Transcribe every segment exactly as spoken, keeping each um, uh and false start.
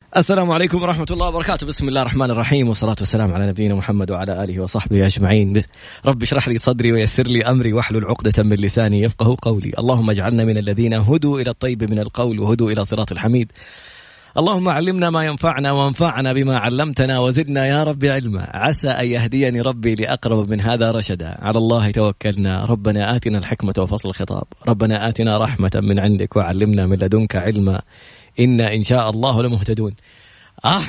السلام عليكم ورحمة الله وبركاته. بسم الله الرحمن الرحيم، والصلاة والسلام على نبينا محمد وعلى آله وصحبه أجمعين. رب اشرح لي صدري ويسر لي أمري واحلل عقدة من لساني يفقه قولي. اللهم اجعلنا من الذين هدوا إلى الطيب من القول وهدوا إلى صراط الحميد. اللهم علمنا ما ينفعنا وانفعنا بما علمتنا وزدنا يا رب علما. عسى أن يهديني ربي لأقرب من هذا رشدا. على الله توكلنا. ربنا آتنا الحكمة وفصل الخطاب. ربنا آتنا رحمة من عندك وعلمنا من لدنك علما إنا إن شاء الله لمهتدون. آه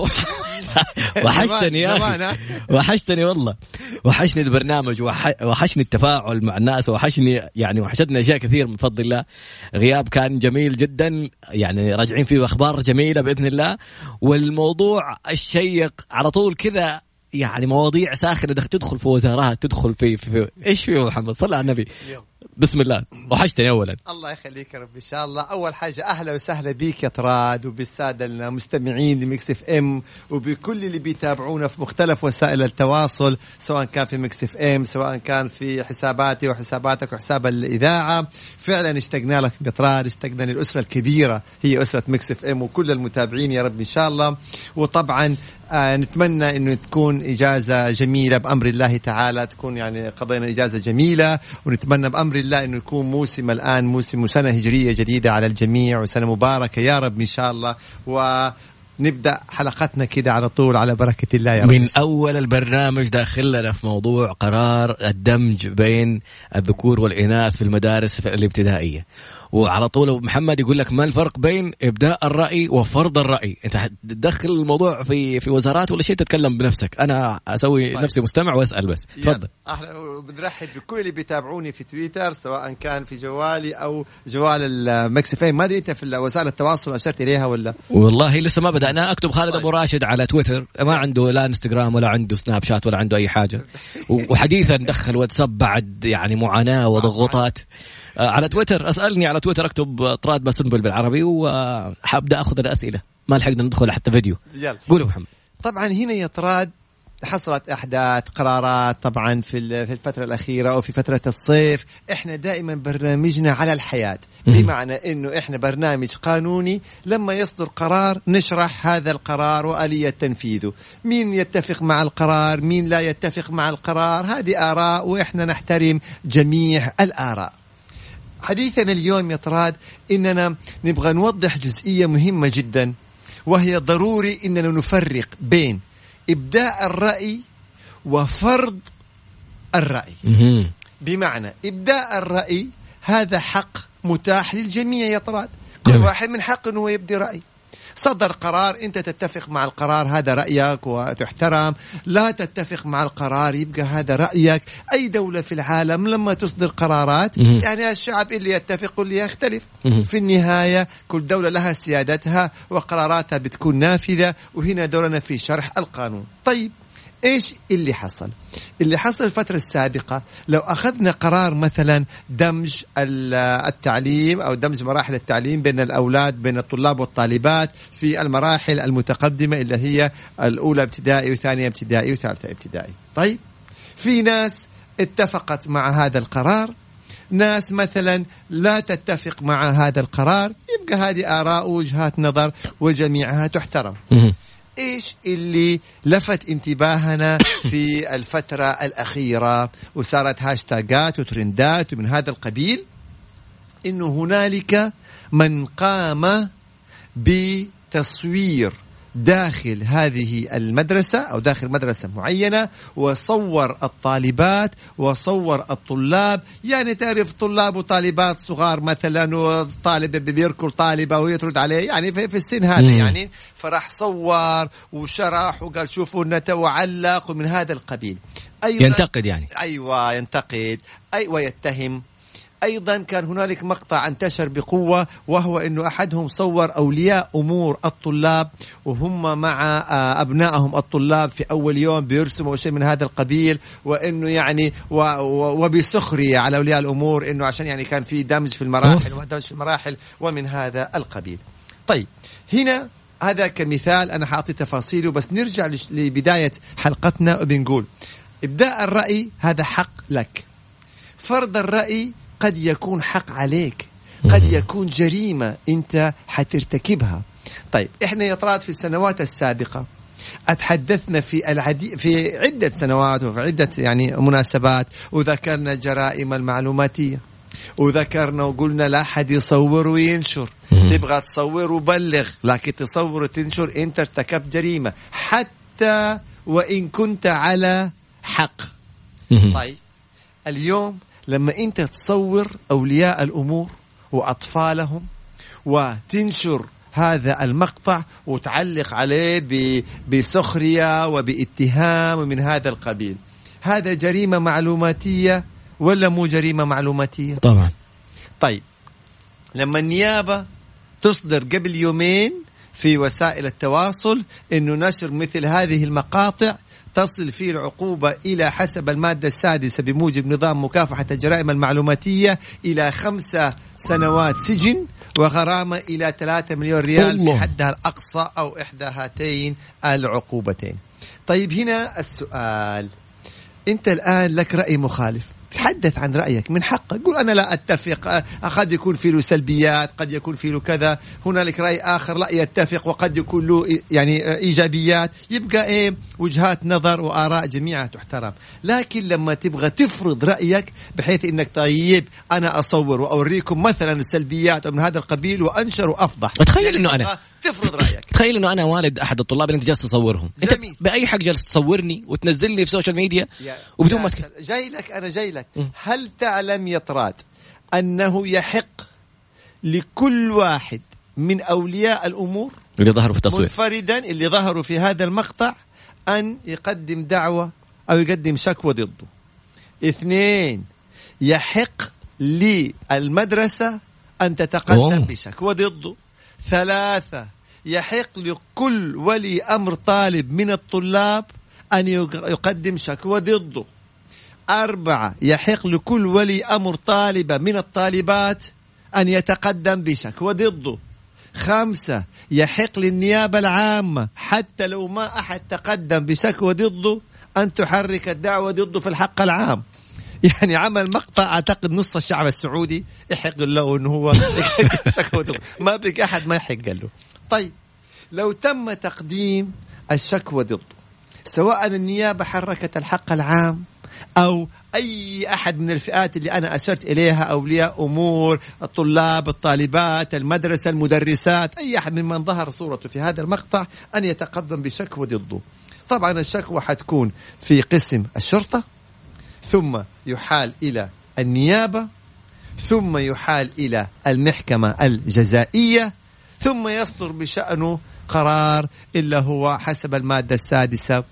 وحشتني يا أخي، وحشتني والله، وحشني البرنامج، وحشني التفاعل مع الناس، وحشني يعني وحشتني أشياء كثير من فضل الله. غياب كان جميل جدا، يعني راجعين فيه أخبار جميلة بإذن الله، والموضوع الشيق على طول كذا، يعني مواضيع ساخنة تدخل في وزارات، تدخل في, في, في إيش فيه محمد صلى على النبي. بسم الله. وحشتني أولا. الله يخليك يا رب إن شاء الله. أول حاجة أهلا وسهلا بيك يا طراد، وبالسادة المستمعين لميكس اف ام، وبكل اللي بيتابعونا في مختلف وسائل التواصل، سواء كان في ميكس اف ام، سواء كان في حساباتي وحساباتك وحساب الإذاعة. فعلا اشتقنا لك يا طراد، اشتقنا للأسرة الكبيرة هي أسرة ميكس اف ام وكل المتابعين يا رب إن شاء الله. وطبعا آه نتمنى إنه تكون إجازة جميلة بأمر الله تعالى، تكون يعني قضينا إجازة جميلة، ونتمنى بأمر الله إنه يكون موسم الآن موسم سنة هجرية جديدة على الجميع، وسنة مباركة يا رب إن شاء الله. ونبدأ حلقتنا كده على طول على بركة الله يا رب. من أول البرنامج داخل لنا في موضوع قرار الدمج بين الذكور والإناث في المدارس الابتدائية، وعلى طول محمد يقول لك ما الفرق بين إبداء الرأي وفرض الرأي. أنت تدخل الموضوع في في وزارات ولا شيء، تتكلم بنفسك، أنا أسوي طيب. نفسي مستمع وأسأل بس. تفضل. أهلا، وبنرحب بكل اللي بيتابعوني في تويتر، سواء كان في جوالي أو جوال المكس فين. ما أدري أنت في وسائل التواصل أشرت إليها ولا؟ والله لسه ما بدأنا. أكتب خالد طيب. أبو راشد على تويتر، ما عنده لا انستغرام ولا عنده سناب شات ولا عنده أي حاجة. وحديثا دخل واتساب بعد يعني معاناة وضغوطات. على تويتر أسألني على تويتر، أكتب طراد بسنبل بالعربي وحابدأ أخذ الأسئلة. ما لحقنا ندخل حتى فيديو. يلا قولوا محمد. طبعا هنا يا طراد حصلت أحداث قرارات طبعا في في الفترة الأخيرة أو في فترة الصيف. إحنا دائما برنامجنا على الحياة، بمعنى إنه إحنا برنامج قانوني. لما يصدر قرار نشرح هذا القرار وآلية تنفيذه، مين يتفق مع القرار، مين لا يتفق مع القرار، هذه آراء وإحنا نحترم جميع الآراء. حديثنا اليوم يا طراد إننا نبغى نوضح جزئية مهمة جدا، وهي ضروري إننا نفرق بين إبداء الرأي وفرض الرأي. بمعنى إبداء الرأي هذا حق متاح للجميع يا طراد، كل واحد من حق أنه يبدي رأي. صدر قرار أنت تتفق مع القرار، هذا رأيك وتحترم. لا تتفق مع القرار يبقى هذا رأيك. أي دولة في العالم لما تصدر قرارات يعني الشعب اللي يتفق واللي يختلف. في النهاية كل دولة لها سيادتها وقراراتها بتكون نافذة، وهنا دورنا في شرح القانون. طيب إيش اللي حصل؟ اللي حصل الفترة السابقة، لو أخذنا قرار مثلا دمج التعليم أو دمج مراحل التعليم بين الأولاد، بين الطلاب والطالبات في المراحل المتقدمة اللي هي الأولى ابتدائي وثانية ابتدائي وثالثة ابتدائي. طيب في ناس اتفقت مع هذا القرار، ناس مثلا لا تتفق مع هذا القرار، يبقى هذه آراء ووجهات نظر وجميعها تحترم. إيش اللي لفت انتباهنا في الفترة الأخيرة وصارت هاشتاجات وترندات ومن هذا القبيل؟ إنه هنالك من قام بتصوير داخل هذه المدرسة أو داخل مدرسة معينة، وصور الطالبات وصور الطلاب. يعني تعرف طلاب وطالبات صغار مثلا، وطالب بيركل طالبة ويترد عليه يعني في السن هذا يعني، فرح صور وشرح وقال شوفوا نتوعلق ومن هذا القبيل. أيضا ينتقد يعني أيوة ينتقد أي ويتهم. أيضا كان هنالك مقطع انتشر بقوة، وهو أنه أحدهم صور أولياء أمور الطلاب وهم مع أبنائهم الطلاب في أول يوم بيرسموا شيء من هذا القبيل، وأنه يعني وبسخرية على أولياء الأمور، أنه عشان يعني كان في دمج في المراحل ودمج في المراحل ومن هذا القبيل. طيب هنا هذا كمثال، أنا حاعطي تفاصيله بس نرجع لبداية حلقتنا وبنقول إبداء الرأي هذا حق لك، فرض الرأي قد يكون حق عليك، قد يكون جريمة أنت حترتكبها. طيب إحنا يا طراد في السنوات السابقة أتحدثنا في العديد في عدة سنوات وفي عدة يعني مناسبات، وذكرنا الجرائم المعلوماتية، وذكرنا وقلنا لا حد يصور وينشر. تبغى تصور وبلغ، لكن تصور وتنشر أنت ارتكبت جريمة حتى وإن كنت على حق. طيب اليوم لما أنت تصور أولياء الأمور وأطفالهم وتنشر هذا المقطع وتعلق عليه بسخرية وباتهام من هذا القبيل، هذا جريمة معلوماتية ولا مو جريمة معلوماتية؟ طبعا. طيب لما النيابة تصدر قبل يومين في وسائل التواصل إنه نشر مثل هذه المقاطع تصل فيه العقوبة إلى حسب المادة السادسة بموجب نظام مكافحة الجرائم المعلوماتية إلى خمسة سنوات سجن وغرامة إلى ثلاثة مليون ريال الله. في حدها الأقصى أو إحدى هاتين العقوبتين. طيب هنا السؤال، أنت الآن لك رأي مخالف، تحدث عن رأيك من حقك، قول أنا لا أتفق، قد يكون فيه له سلبيات، قد يكون فيه له كذا، هنالك رأي آخر لا يتفق وقد يكون له يعني إيجابيات، يبقى إيه وجهات نظر وآراء جميعها تحترم. لكن لما تبغى تفرض رأيك بحيث إنك طيب أنا أصور وأوريكم مثلا السلبيات من هذا القبيل وأنشر وأفضح، تخيل يعني إنه أنا تفرض رأيك، تخيل إنه أنا والد أحد الطلاب اللي أنت جالس تصورهم، أنت جميل. بأي حق جالس تصورني وتنزلني في السوشيال ميديا وبدون ما تك... جاي لك أنا جاي لك م. هل تعلم يا طراد أنه يحق لكل واحد من أولياء الأمور اللي ظهروا في التصوير منفردا اللي ظهروا في هذا المقطع أن يقدم دعوة أو يقدم شكوى ضده؟ اثنين، يحق للمدرسة أن تتقدم أوه. بشكوى ضده. ثلاثة، يحق لكل ولي أمر طالب من الطلاب أن يقدم شكوى ضده. أربعة، يحق لكل ولي أمر طالبة من الطالبات أن يتقدم بشكوى ضده. خمسة، يحق للنيابة العامة حتى لو ما أحد تقدم بشكوى ضده أن تحرك الدعوة ضده في الحق العام. يعني عمل مقطع أعتقد نص الشعب السعودي يحق له أنه هو شكوى ضده، ما بقى أحد ما يحق له. طيب لو تم تقديم الشكوى ضده، سواء النيابة حركت الحق العام أو أي أحد من الفئات اللي أنا أشرت إليها، أولياء أمور، الطلاب، الطالبات، المدرسة، المدرسات، أي أحد ممن ظهر صورته في هذا المقطع أن يتقدم بشكوى ضده. طبعا الشكوى حتكون في قسم الشرطة، ثم يحال إلى النيابة، ثم يحال إلى المحكمة الجزائية، ثم يصدر بشأنه قرار إلا هو حسب المادة السادسة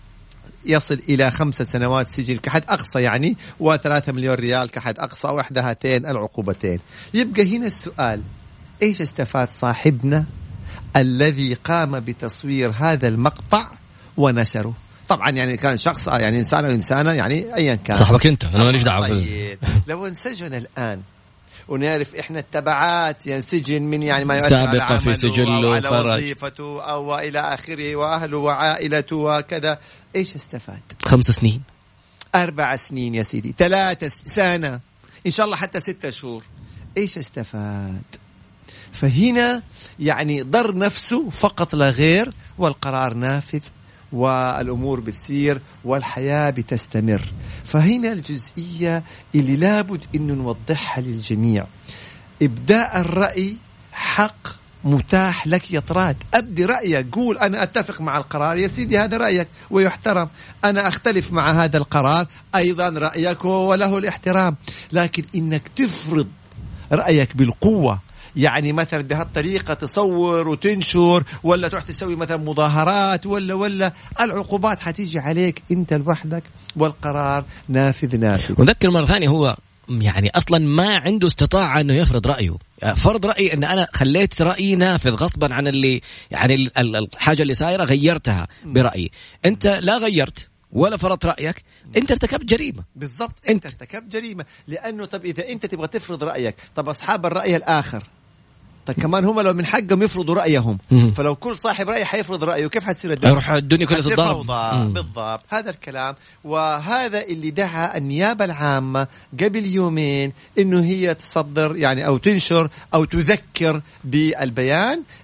يصل إلى خمسة سنوات سجن كحد أقصى يعني، وثلاثة مليون ريال كحد أقصى، وإحدى هاتين العقوبتين. يبقى هنا السؤال، إيش استفاد صاحبنا الذي قام بتصوير هذا المقطع ونشره؟ طبعا يعني كان شخص يعني إنسان أو إنسانة يعني أيا كان، صاحبك أنت، أنا ماليش دعوة. طيب لو انسجن الآن ونعرف إحنا التبعات ينسجن من يعني ما يؤثر على عمله في سجله أو على وظيفته أو إلى آخره وأهله وعائلته وكذا، إيش استفاد؟ خمس سنين، أربع سنين يا سيدي، ثلاثة سنة، إن شاء الله حتى ستة شهور، إيش استفاد؟ فهنا يعني ضر نفسه فقط لا غير، والقرار نافذ والأمور بتصير والحياة بتستمر. فهنا الجزئية اللي لابد إنه نوضحها للجميع، إبداء الرأي حق متاح لك يا طراد. أبدي رأيك، قول أنا أتفق مع القرار يا سيدي، هذا رأيك ويحترم، أنا أختلف مع هذا القرار أيضا رأيك وله الاحترام. لكن إنك تفرض رأيك بالقوة، يعني مثلا بهالطريقة تصور وتنشر ولا تروح تسوي مثلا مظاهرات ولا ولا العقوبات حتيجي عليك أنت لوحدك، والقرار نافذ نافذ. وذكر مرة ثانية، هو يعني أصلا ما عنده استطاعة أنه يفرض رأيه. فرض رأيي أن أنا خليت رأيي نافذ غصبا عن اللي يعني الحاجة اللي صايرة غيرتها برأيي. أنت لا غيرت ولا فرضت رأيك، أنت ارتكبت جريمة. بالضبط، أنت ارتكبت جريمة. لأنه طب إذا أنت تبغى تفرض رأيك، طب أصحاب الرأي الآخر طيب كمان هم لو من حقهم يفرضوا رأيهم، مم. فلو كل صاحب رأي حيفرض رأيه كيف حتصير الدنيا؟ يروح الدنيا كلها تتضارب. بالضبط، هذا الكلام. وهذا اللي دعا النيابة العامة قبل يومين إنه هي تصدر يعني أو تنشر أو تذكر بالبيان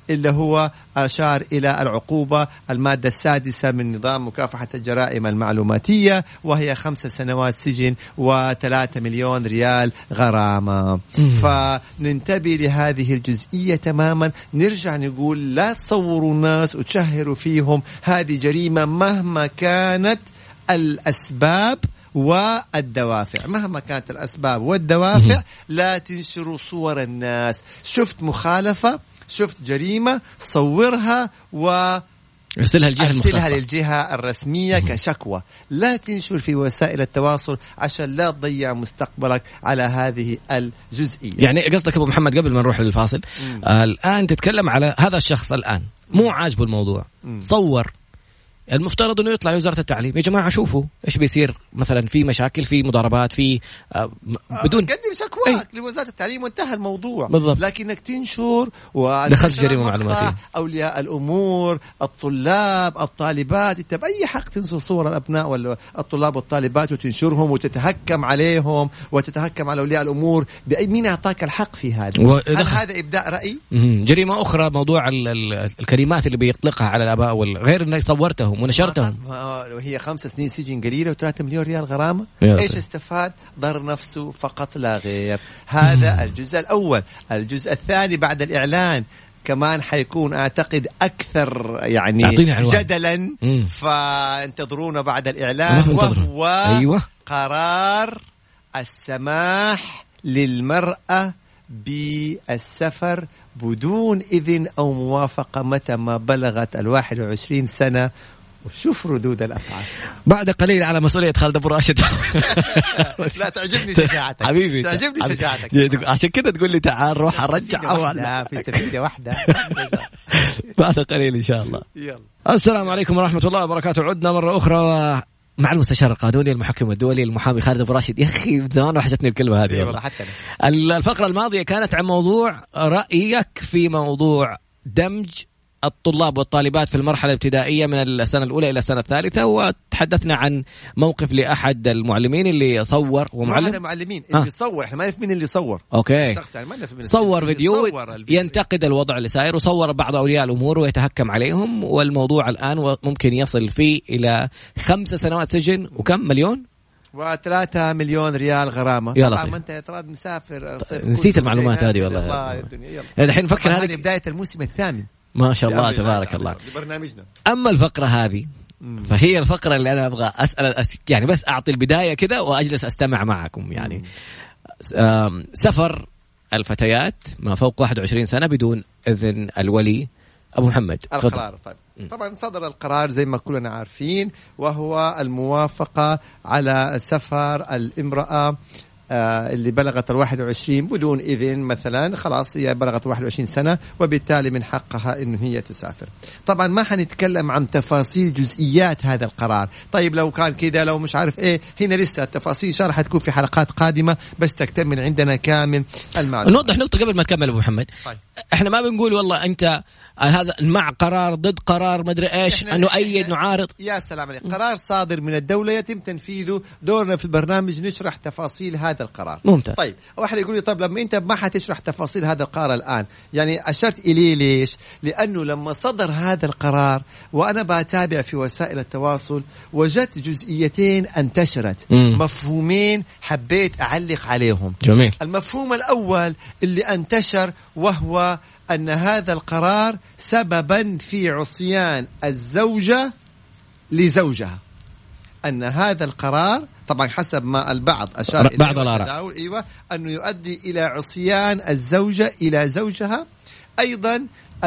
اللي هو أشار إلى العقوبة المادة السادسة من نظام مكافحة الجرائم المعلوماتية، وهي خمس سنوات سجن وثلاثة مليون ريال غرامة. فننتبه لهذه الجزئية تماما. نرجع نقول لا تصوروا الناس وتشهروا فيهم، هذه جريمة مهما كانت الأسباب والدوافع، مهما كانت الأسباب والدوافع لا تنشروا صور الناس. شفت مخالفة، شفت جريمة، صورها و ارسلها الجهة ارسلها للجهة الرسمية كشكوى. لا تنشر في وسائل التواصل عشان لا تضيع مستقبلك على هذه الجزئية. يعني قصدك أبو محمد قبل ما نروح للفاصل آه الآن تتكلم على هذا الشخص الآن مو عاجبه الموضوع، مم. صور، المفترض انه يطلع وزارة التعليم، يا جماعة شوفوا ايش بيصير، مثلا في مشاكل، في مضاربات، في آه بدون قدم شكواك لوزارة التعليم وانتهى الموضوع. بالضبط. لكنك تنشر دخلت جريمة معلوماتية. أولياء الأمور، الطلاب، الطالبات، انت بأي حق تنشر صور الأبناء والطلاب والطالبات وتنشرهم وتتهكم عليهم وتتهكم على أولياء الأمور. بأي مين أعطاك الحق في هذا؟ و... هل هذا إبداء رأي؟ جريمة أخرى موضوع ال ال الكلمات اللي بيطلقها على الآباء والغير، انك صورتهم ونشرتهم، وهي خمس سنين سجن قليلة وثلاثة مليون ريال غرامة. ايش استفاد؟ ضر نفسه فقط لا غير. هذا مم. الجزء الأول. الجزء الثاني بعد الإعلان كمان حيكون أعتقد أكثر يعني جدلا، مم. فانتظرونا بعد الإعلان، وهو أيوة. قرار السماح للمرأة بالسفر بدون إذن أو موافقة متى ما بلغت الواحد وعشرين سنة. وشوف ردود الأفعال بعد قليل على مسؤولية خالد أبو راشد. لا تعجبني شجاعتك حبيبي، تعجبني شجاعتك، عشان كده تقول لي تعال روح أرجع. لا في سفينة واحدة. بعد قليل إن شاء الله. يلا. السلام عليكم ورحمة الله وبركاته. عدنا مرة أخرى مع المستشار القانوني المحكم الدولي المحامي خالد أبو راشد. يا أخي من زمان وحشتني الكلمة هذه. والله حتى الفقرة الماضية كانت عن موضوع رأيك في موضوع دمج الطلاب والطالبات في المرحلة الابتدائية من السنة الأولى إلى السنة الثالثة، وتحدثنا عن موقف لأحد المعلمين اللي صور ومعلم. أحد المعلمين اللي آه. صور، إحنا ما نعرف مين اللي صور. أوكي. يعني ما صور فيديو ينتقد الوضع اللي صاير، وصور بعض أولياء الأمور ويتهكم عليهم، والموضوع الآن ممكن يصل فيه إلى خمس سنوات سجن وكم مليون وثلاثة مليون ريال غرامة. طبعا ما انت تراد مسافر. نسيت المعلومات هذه والله. الحين نفكر هذه بداية الموسم الثامن ما شاء الله تبارك الله برنامجنا. أما الفقرة هذه فهي الفقرة اللي أنا أبغى أسأل يعني بس أعطي البداية كده وأجلس أستمع معكم. يعني سفر الفتيات ما فوق واحد وعشرين سنة بدون إذن الولي. أبو محمد القرار. طيب طبعا صدر القرار زي ما كلنا عارفين، وهو الموافقة على سفر الامرأة آه اللي بلغت الواحد وعشرين بدون إذن. مثلا خلاص هي بلغت واحد وعشرين سنة وبالتالي من حقها إنه هي تسافر. طبعا ما حنتكلم عن تفاصيل جزئيات هذا القرار. طيب لو كان كده لو مش عارف إيه، هنا لسه التفاصيل شرح حتكون في حلقات قادمة، بس تكتمل عندنا كامل المعلومات. نوضح نقطة قبل ما تكمل أبو محمد. طيب. إحنا ما بنقول والله أنت هذا مع قرار ضد قرار مدري ايش انه ايد نعارض. يا سلام عليك، قرار صادر من الدولة يتم تنفيذه. دورنا في البرنامج نشرح تفاصيل هذا القرار. ممتاز. طيب واحد يقول لي طيب لما انت ما حتشرح تفاصيل هذا القرار الان، يعني اشرت اليه ليش؟ لانه لما صدر هذا القرار وانا بتابع في وسائل التواصل وجدت جزئيتين انتشرت، مم. مفهومين حبيت اعلق عليهم. جميل. المفهوم الاول اللي انتشر وهو أن هذا القرار سببا في عصيان الزوجة لزوجها. أن هذا القرار طبعا حسب ما البعض أشار إليه بعض الآراء، أيوة، أنه يؤدي إلى عصيان الزوجة إلى زوجها. أيضا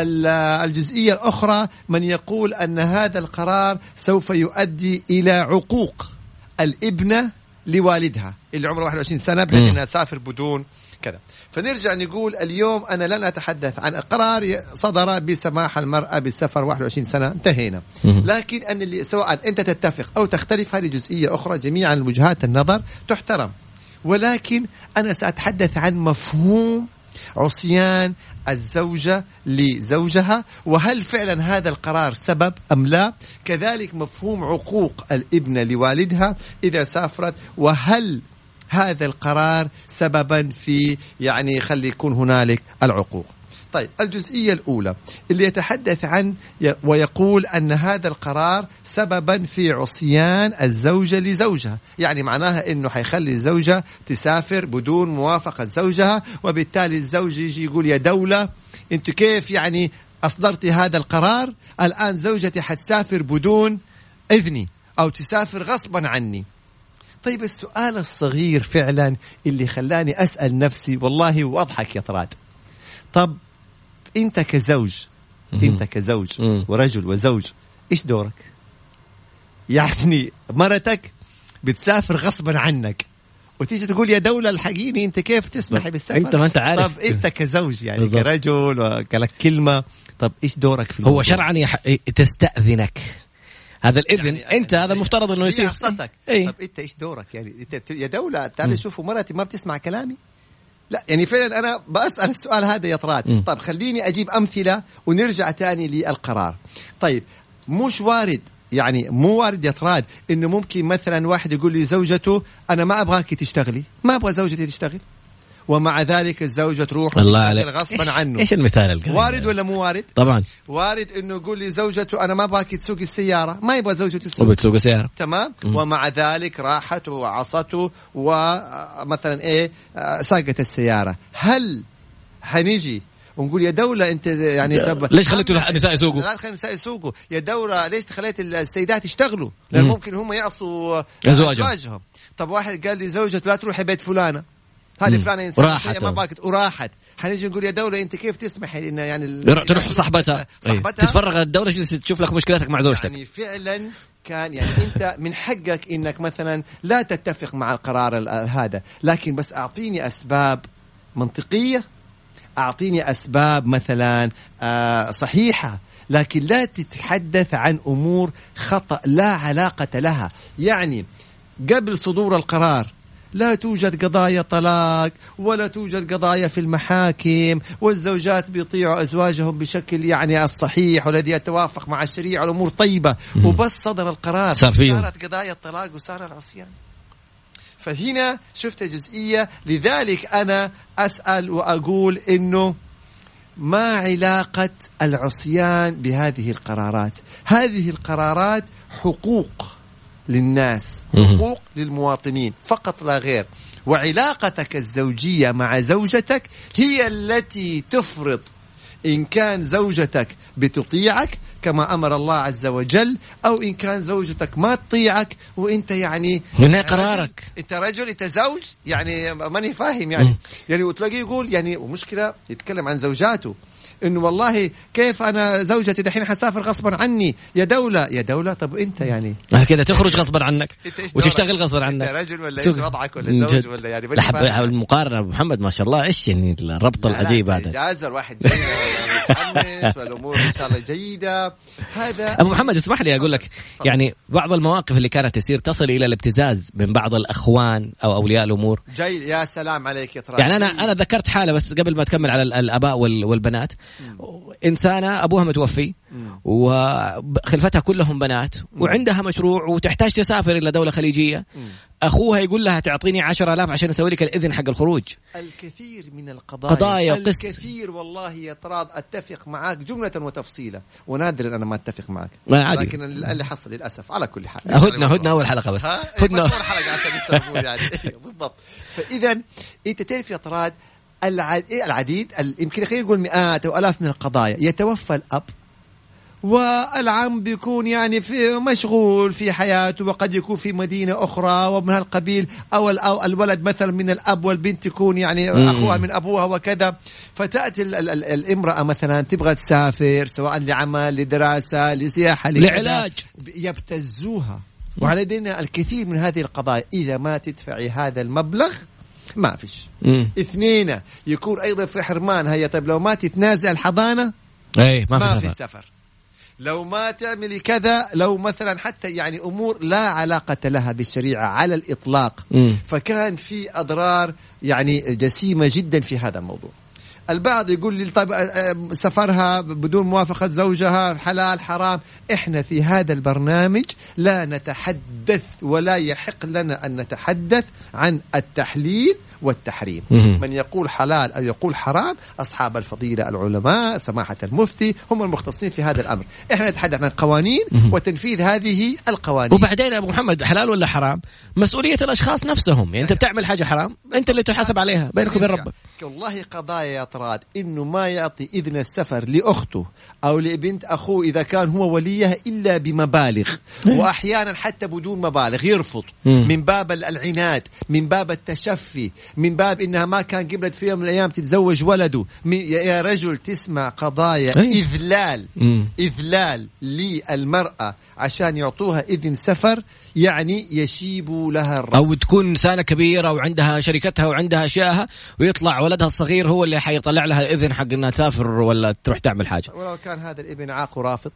الجزئية الأخرى من يقول أن هذا القرار سوف يؤدي إلى عقوق الابنة لوالدها اللي عمره واحد وعشرين سنة بحيث أنها سافر بدون كذا. فنرجع نقول اليوم أنا لن أتحدث عن القرار صدر بسماح المرأة بالسفر واحد وعشرين سنة، انتهينا. لكن أن اللي سواء أنت تتفق أو تختلف هذه جزئية أخرى، جميعا وجهات النظر تحترم. ولكن أنا سأتحدث عن مفهوم عصيان الزوجة لزوجها، وهل فعلا هذا القرار سبب أم لا؟ كذلك مفهوم عقوق الابنة لوالدها إذا سافرت، وهل هذا القرار سببا في يعني خلي يكون هنالك العقوق. طيب الجزئية الأولى اللي يتحدث عن ويقول أن هذا القرار سببا في عصيان الزوجة لزوجها، يعني معناها أنه حيخلي الزوجة تسافر بدون موافقة زوجها، وبالتالي الزوج يجي يقول يا دولة أنت كيف يعني أصدرتي هذا القرار، الآن زوجتي حتسافر بدون إذني أو تسافر غصبا عني. طيب السؤال الصغير فعلا اللي خلاني أسأل نفسي والله وأضحك يا طراد، طب أنت كزوج أنت كزوج ورجل وزوج إيش دورك؟ يعني مرتك بتسافر غصبا عنك وتيجي تقول يا دولة الحقيني، أنت كيف تسمحي بالسفر؟ أنت ما أنت عارف. طب أنت كزوج يعني بالضبط. كرجل وكلك كلمة، طب إيش دورك في الموضوع؟ هو شرعا يح... تستأذنك هذا الإذن يعني انت هذا المفترض انه يصير حصتك. ايه؟ طب انت ايش دورك يعني؟ انت يا دولة تعالي شوفوا مرتي ما بتسمع كلامي. لا يعني فعلا انا بسأل السؤال هذا يا طراد. طب خليني اجيب امثلة ونرجع تاني للقرار. طيب مش وارد يعني مو وارد يا طراد انه ممكن مثلا واحد يقول لي زوجته انا ما ابغاكي تشتغلي، ما ابغى زوجتي تشتغل، ومع ذلك الزوجة تروح غصبا عنه. ايش المثال القريب؟ وارد ولا مو وارد؟ طبعا وارد انه يقول لي زوجته انا ما ابغاك تسوقي السيارة، ما يبغى زوجته تسوق وبتسوق السيارة تمام. م. ومع ذلك راحت وعصته ومثلا ايه ساقت السيارة. هل هنيجي ونقول يا دولة انت يعني طب ليش خليتوا النساء يسوقوا؟ لا خليتوا النساء يسوقوا يا دولة، ليش خليت السيدات يشتغلوا؟ لأن ممكن هم يعصوا أزواجهم. طب واحد قال لي زوجته لا تروح بيت فلانة، هذه فلانة إنسان وراحت ما باكت وراحت، حنيجي نقول يا دولة أنت كيف تسمحي إن يعني تروح صاحبتها صاحبتها تتفرغ الدولة تشوف لك مشكلتك مع زوجتك. يعني فعلا كان يعني أنت من حقك إنك مثلا لا تتفق مع القرار هذا، لكن بس أعطيني أسباب منطقية، أعطيني أسباب مثلا آه صحيحة، لكن لا تتحدث عن أمور خطأ لا علاقة لها. يعني قبل صدور القرار لا توجد قضايا طلاق ولا توجد قضايا في المحاكم، والزوجات بيطيعوا أزواجهم بشكل يعني الصحيح والذي يتوافق مع الشريعة، والأمور طيبة، وبس صدر القرار صارت قضايا الطلاق وصار العصيان. فهنا شفت جزئية. لذلك أنا أسأل وأقول إنه ما علاقة العصيان بهذه القرارات؟ هذه القرارات حقوق للناس، حقوق للمواطنين فقط لا غير، وعلاقتك الزوجية مع زوجتك هي التي تفرض إن كان زوجتك بتطيعك كما أمر الله عز وجل، أو إن كان زوجتك ما تطيعك وإنت يعني من قرارك، أنت رجل أنت زوج يعني ماني فاهم يعني. يعني وتلاقيه يقول يعني ومشكلة يتكلم عن زوجاته إنه والله كيف أنا زوجتي دحين حسافر غصبا عني يا دولة يا دولة. طب أنت يعني كده تخرج غصبا عنك وتشتغل غصبا عنك، أنت رجل ولا إيش وضعك ولا زوج ولا يعني لا المقارنة محمد ما شاء الله إيش يعني الربط العجيب هذا. جازر واحد جيد متحمس والأمور إن شاء الله جيدة. هذا أبو محمد اسمح لي أقول لك يعني بعض المواقف اللي كانت تصير تصل إلى الابتزاز من بعض الأخوان أو أولياء الأمور. جيد يا سلام عليك يا ترى. يعني أنا أنا ذكرت حالة بس قبل ما تكمل على الآباء والبنات. إنسانة أبوها متوفي وخلفتها كلهم بنات وعندها مشروع وتحتاج تسافر إلى دولة خليجية، أخوها يقول لها تعطيني عشرة آلاف عشان أسوي لك الإذن حق الخروج. الكثير من القضايا قضايا الكثير والله يا طراد أتفق معك جملة وتفصيلة، ونادر أنا ما أتفق معك، لكن اللي حصل للأسف على كل حال هدنا هدنا أول حلقة بس هدنا أول حلقة عشان يسوون يعني بالضبط. فإذا أنت تعرف يا طراد العديد يمكن خلينا نقول مئات أو ألاف من القضايا يتوفى الأب والعم بيكون يعني في مشغول في حياته وقد يكون في مدينة أخرى ومن هالقبيل، أو الولد مثلا من الأب والبنت يكون يعني أخوها من أبوها وكذا. فتأتي ال ال ال الامرأة مثلا تبغى تسافر سواء لعمل لدراسة لسياحة لعلاج، يبتزوها. وعلى دينا الكثير من هذه القضايا إذا ما تدفعي هذا المبلغ ما فيش. اثنين يكون أيضا في حرمان. هيا طيب لو ما تتنازع الحضانة أي ما, ما في, في السفر، لو ما تعملي كذا، لو مثلا حتى يعني أمور لا علاقة لها بالشريعة على الإطلاق. م. فكان في أضرار يعني جسيمة جدا في هذا الموضوع. البعض يقول لي طيب سفرها بدون موافقة زوجها حلال حرام. إحنا في هذا البرنامج لا نتحدث ولا يحق لنا أن نتحدث عن التحليل والتحريم. من يقول حلال أو يقول حرام أصحاب الفضيلة العلماء سماحة المفتي هم المختصين في هذا الأمر. إحنا نتحدث عن قوانين وتنفيذ هذه القوانين. وبعدين أبو محمد حلال ولا حرام مسؤولية الأشخاص نفسهم. يعني أنت بتعمل حاجة حرام أنت اللي تحاسب عليها بينك وبين ربك. والله قضايا يا طراد إنه ما يعطي إذن السفر لأخته أو لبنت أخوه إذا كان هو وليها إلا بمبالغ، وأحيانا حتى بدون مبالغ يرفض من باب العناد، من باب التشفي، من باب إنها ما كان قبلت في يوم من الأيام تتزوج ولده. يا رجل تسمع قضايا إذلال إذلال للمرأة عشان يعطوها إذن سفر، يعني يشيب لها الرأس. أو تكون إنسانة كبيرة وعندها شركتها وعندها أشياءها ويطلع ولدها الصغير هو اللي حيطلع لها الإذن حق إنها تسافر ولا تروح تعمل حاجة، ولو كان هذا الابن عاق ورافض.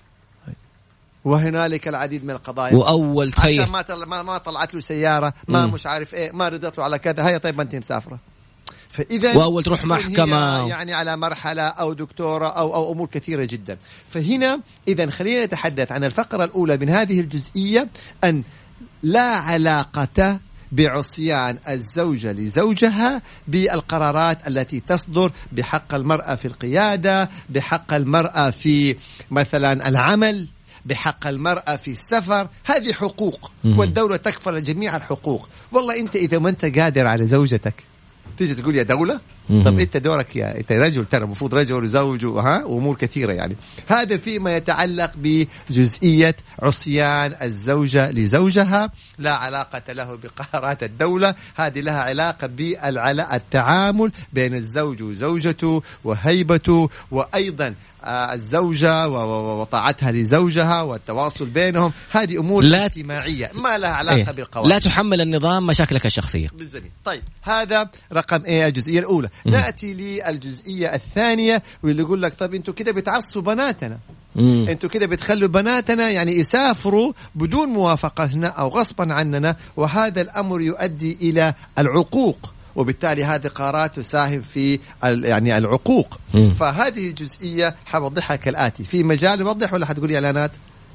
وهنالك العديد من القضايا. وأول تخيل عشان ما طل... ما ما طلعت له سيارة، ما مش عارف إيه، ما رضت له على كذا، هي طيب ما أنت مسافرة. فإذا وأول تروح محكمة يعني على مرحلة أو دكتورة أو أو أمور كثيرة جدا. فهنا إذا خلينا نتحدث عن الفقرة الأولى من هذه الجزئية، أن لا علاقة بعصيان الزوجة لزوجها بالقرارات التي تصدر بحق المرأة في القيادة، بحق المرأة في مثلا العمل، بحق المرأة في السفر. هذه حقوق والدولة تكفل جميع الحقوق. والله أنت إذا ما أنت قادر على زوجتك تيجي تقول يا دولة، طب انت دورك يا انت رجل، ترى المفروض رجل وزوج ها وامور كثيره. يعني هذا فيما يتعلق بجزئيه عصيان الزوجه لزوجها، لا علاقه له بقرارات الدوله. هذه لها علاقه بالتعامل بين الزوج وزوجته وهيبته، وايضا الزوجة وطاعتها لزوجها والتواصل بينهم. هذه أمور لا اجتماعية ما لها علاقة إيه؟ بالقوانين. لا تحمل النظام مشاكلك الشخصية. بالجميل. طيب هذا رقم ايه الجزئية الأولى. م. نأتي للجزئية الثانية واللي يقول لك طب انتوا كده بتعصوا بناتنا، م. انتوا كده بتخلوا بناتنا يعني يسافروا بدون موافقتنا أو غصبا عننا، وهذا الأمر يؤدي إلى العقوق، وبالتالي هذه قرارات تساهم في يعني العقوق. م. فهذه الجزئية حوضحها كالآتي. في مجال يوضح ولا حتقولي إعلانات؟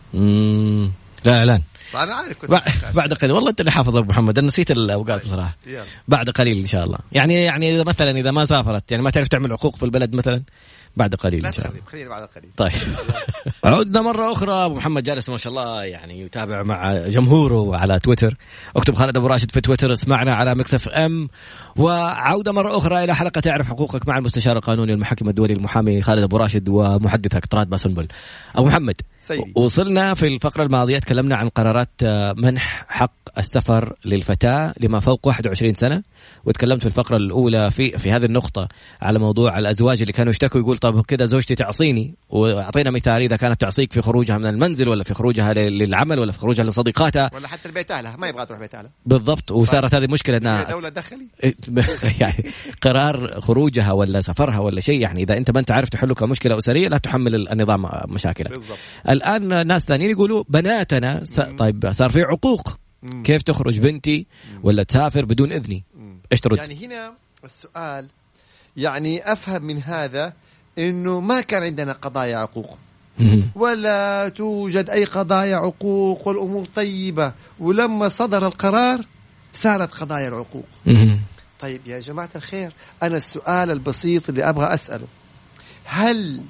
مم. لا إعلان. أنا عارف كنت بعد قليل. والله أنت اللي حافظ أبو محمد، أنا نسيت الأوقات بصراحة. بعد قليل إن شاء الله. يعني يعني إذا مثلا إذا ما سافرت يعني ما تعرف تعمل عقوق في البلد مثلا بعد قليل إن شاء الله. خلينا بعد قليل. طيب. عودنا مرة أخرى. أبو محمد جالس ما شاء الله يعني يتابع مع جمهوره على تويتر. اكتب خالد أبو راشد في تويتر، اسمعنا على ميكس اف ام. وعودة مرة أخرى إلى حلقة تعرف حقوقك مع المستشار القانوني المحكم الدولي المحامي خالد أبو راشد ومحدثك طراد باسنبل. أبو محمد سيدي. وصلنا في الفقرة الماضية تكلمنا عن قرارات منح حق السفر للفتاة لما فوق واحد وعشرين سنة، وتكلمت في الفقرة الأولى في في هذه النقطة على موضوع الأزواج اللي كانوا يشتكوا يقول طب كده زوجتي تعصيني، وأعطينا مثال إذا كانت تعصيك في خروجها من المنزل ولا في خروجها للعمل ولا في خروجها لصديقاتها ولا حتى البيت أهلها ما يبغى تروح بيت أهلها. بالضبط. وصارت هذه مشكلة إنها دولة دخلي يعني قرار خروجها ولا سفرها ولا شيء، يعني إذا أنت ما أنت عارف تحله كمشكلة أسرية لا تحمل النظام مشاكلها. بالضبط. الآن ناس ثانيين يقولوا بناتنا س... طيب صار في عقوق. مم. كيف تخرج بنتي ولا تسافر بدون إذني؟ إيش ترد؟ يعني هنا السؤال يعني أفهم من هذا إنه ما كان عندنا قضايا عقوق ولا توجد أي قضايا عقوق والأمور طيبة، ولما صدر القرار صارت قضايا العقوق. طيب يا جماعة الخير، أنا السؤال البسيط اللي أبغى أسأله، هل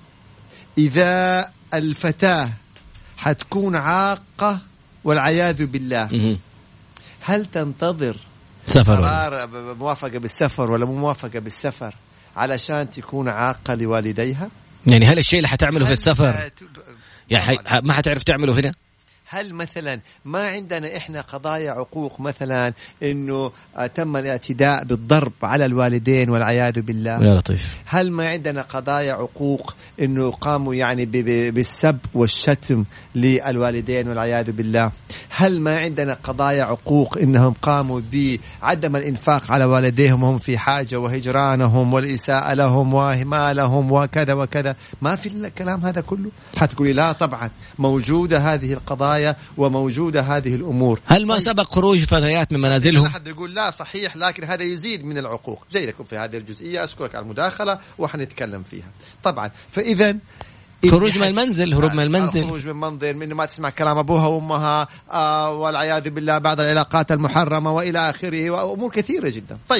إذا الفتاة حتكون عاقة والعياذ بالله هل تنتظر سفر قرار موافقة بالسفر ولا مو موافقة بالسفر علشان تكون عاقة لوالديها؟ يعني هل الشيء اللي حتعمله في السفر يعني ما حتعرف تعمله هنا؟ هل مثلا ما عندنا إحنا قضايا عقوق مثلا إنه تم الاعتداء بالضرب على الوالدين والعياذ بالله؟ يا لطيف. هل ما عندنا قضايا عقوق إنه قاموا يعني بالسب والشتم للوالدين والعياذ بالله؟ هل ما عندنا قضايا عقوق إنهم قاموا بعدم الإنفاق على والديهم وهم في حاجة وهجرانهم والإساءة لهم وإهمالهم وكذا وكذا؟ ما في الكلام هذا كله؟ حتقولي لا طبعا موجودة هذه القضايا وموجودة هذه الأمور. هل ما سبق خروج فتيات من منازلهم؟ أحد يقول لا صحيح، لكن هذا يزيد من العقوق. جاي لكم في هذه الجزئية، أشكرك على المداخلة وحنتكلم فيها طبعا. فإذا خروج من المنزل، هروب من المنزل، خروج من منزل، من ما تسمع كلام أبوها وأمها آه والعياذ بالله، بعض العلاقات المحرمة وإلى آخره وأمور كثيرة جدا. طيب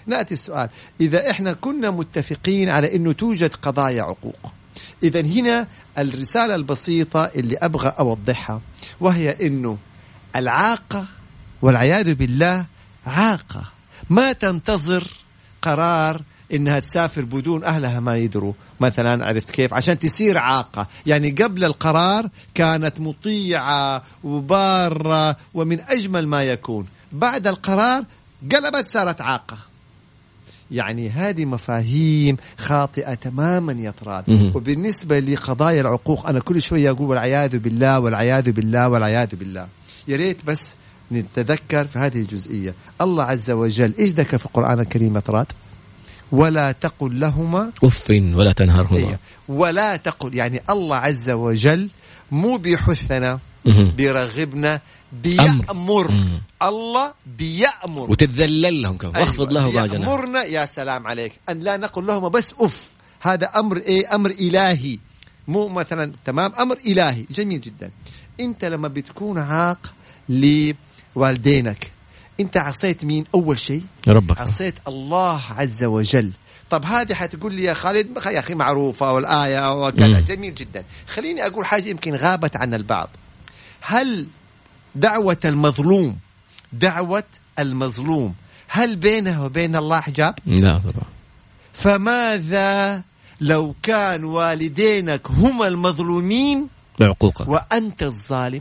نأتي السؤال، إذا إحنا كنا متفقين على أنه توجد قضايا عقوق، إذا هنا الرسالة البسيطة اللي أبغى أوضحها وهي أنه العاقة والعياذ بالله عاقة ما تنتظر قرار إنها تسافر بدون أهلها ما يدروا مثلا، عرفت كيف؟ عشان تصير عاقة. يعني قبل القرار كانت مطيعة وبارة ومن أجمل ما يكون، بعد القرار قلبت صارت عاقة. يعني هذه مفاهيم خاطئة تماما يا طراد. وبالنسبة لقضايا العقوق أنا كل شوية أقول والعياذ بالله والعياذ بالله والعياذ بالله. يا ريت بس نتذكر في هذه الجزئية الله عز وجل إيش ذكر في القرآن الكريم يا طراد؟ ولا تقل لهما أف ولا تنهرهما. إيه. ولا تقل، يعني الله عز وجل مو بيحثنا بيرغبنا، بيأمر. مم. الله بيأمر وتتذلل لهم كم واخفض له باجنا. يأمرنا يا سلام عليك أن لا نقل لهم بس أف. هذا أمر إيه؟ أمر إلهي، مو مثلا تمام، أمر إلهي جميل جدا. أنت لما بتكون عاق لوالدينك أنت عصيت مين أول شيء؟ ربك. عصيت الله عز وجل. طب هذه حتقول لي يا خالد يا أخي معروفة والآية وكذا، جميل جدا. خليني أقول حاجة يمكن غابت عن البعض. هل دعوة المظلوم دعوة المظلوم هل بينه وبين الله حجاب؟ لا طبعا. فماذا لو كان والدينك هما المظلومين بعقوقك وأنت الظالم؟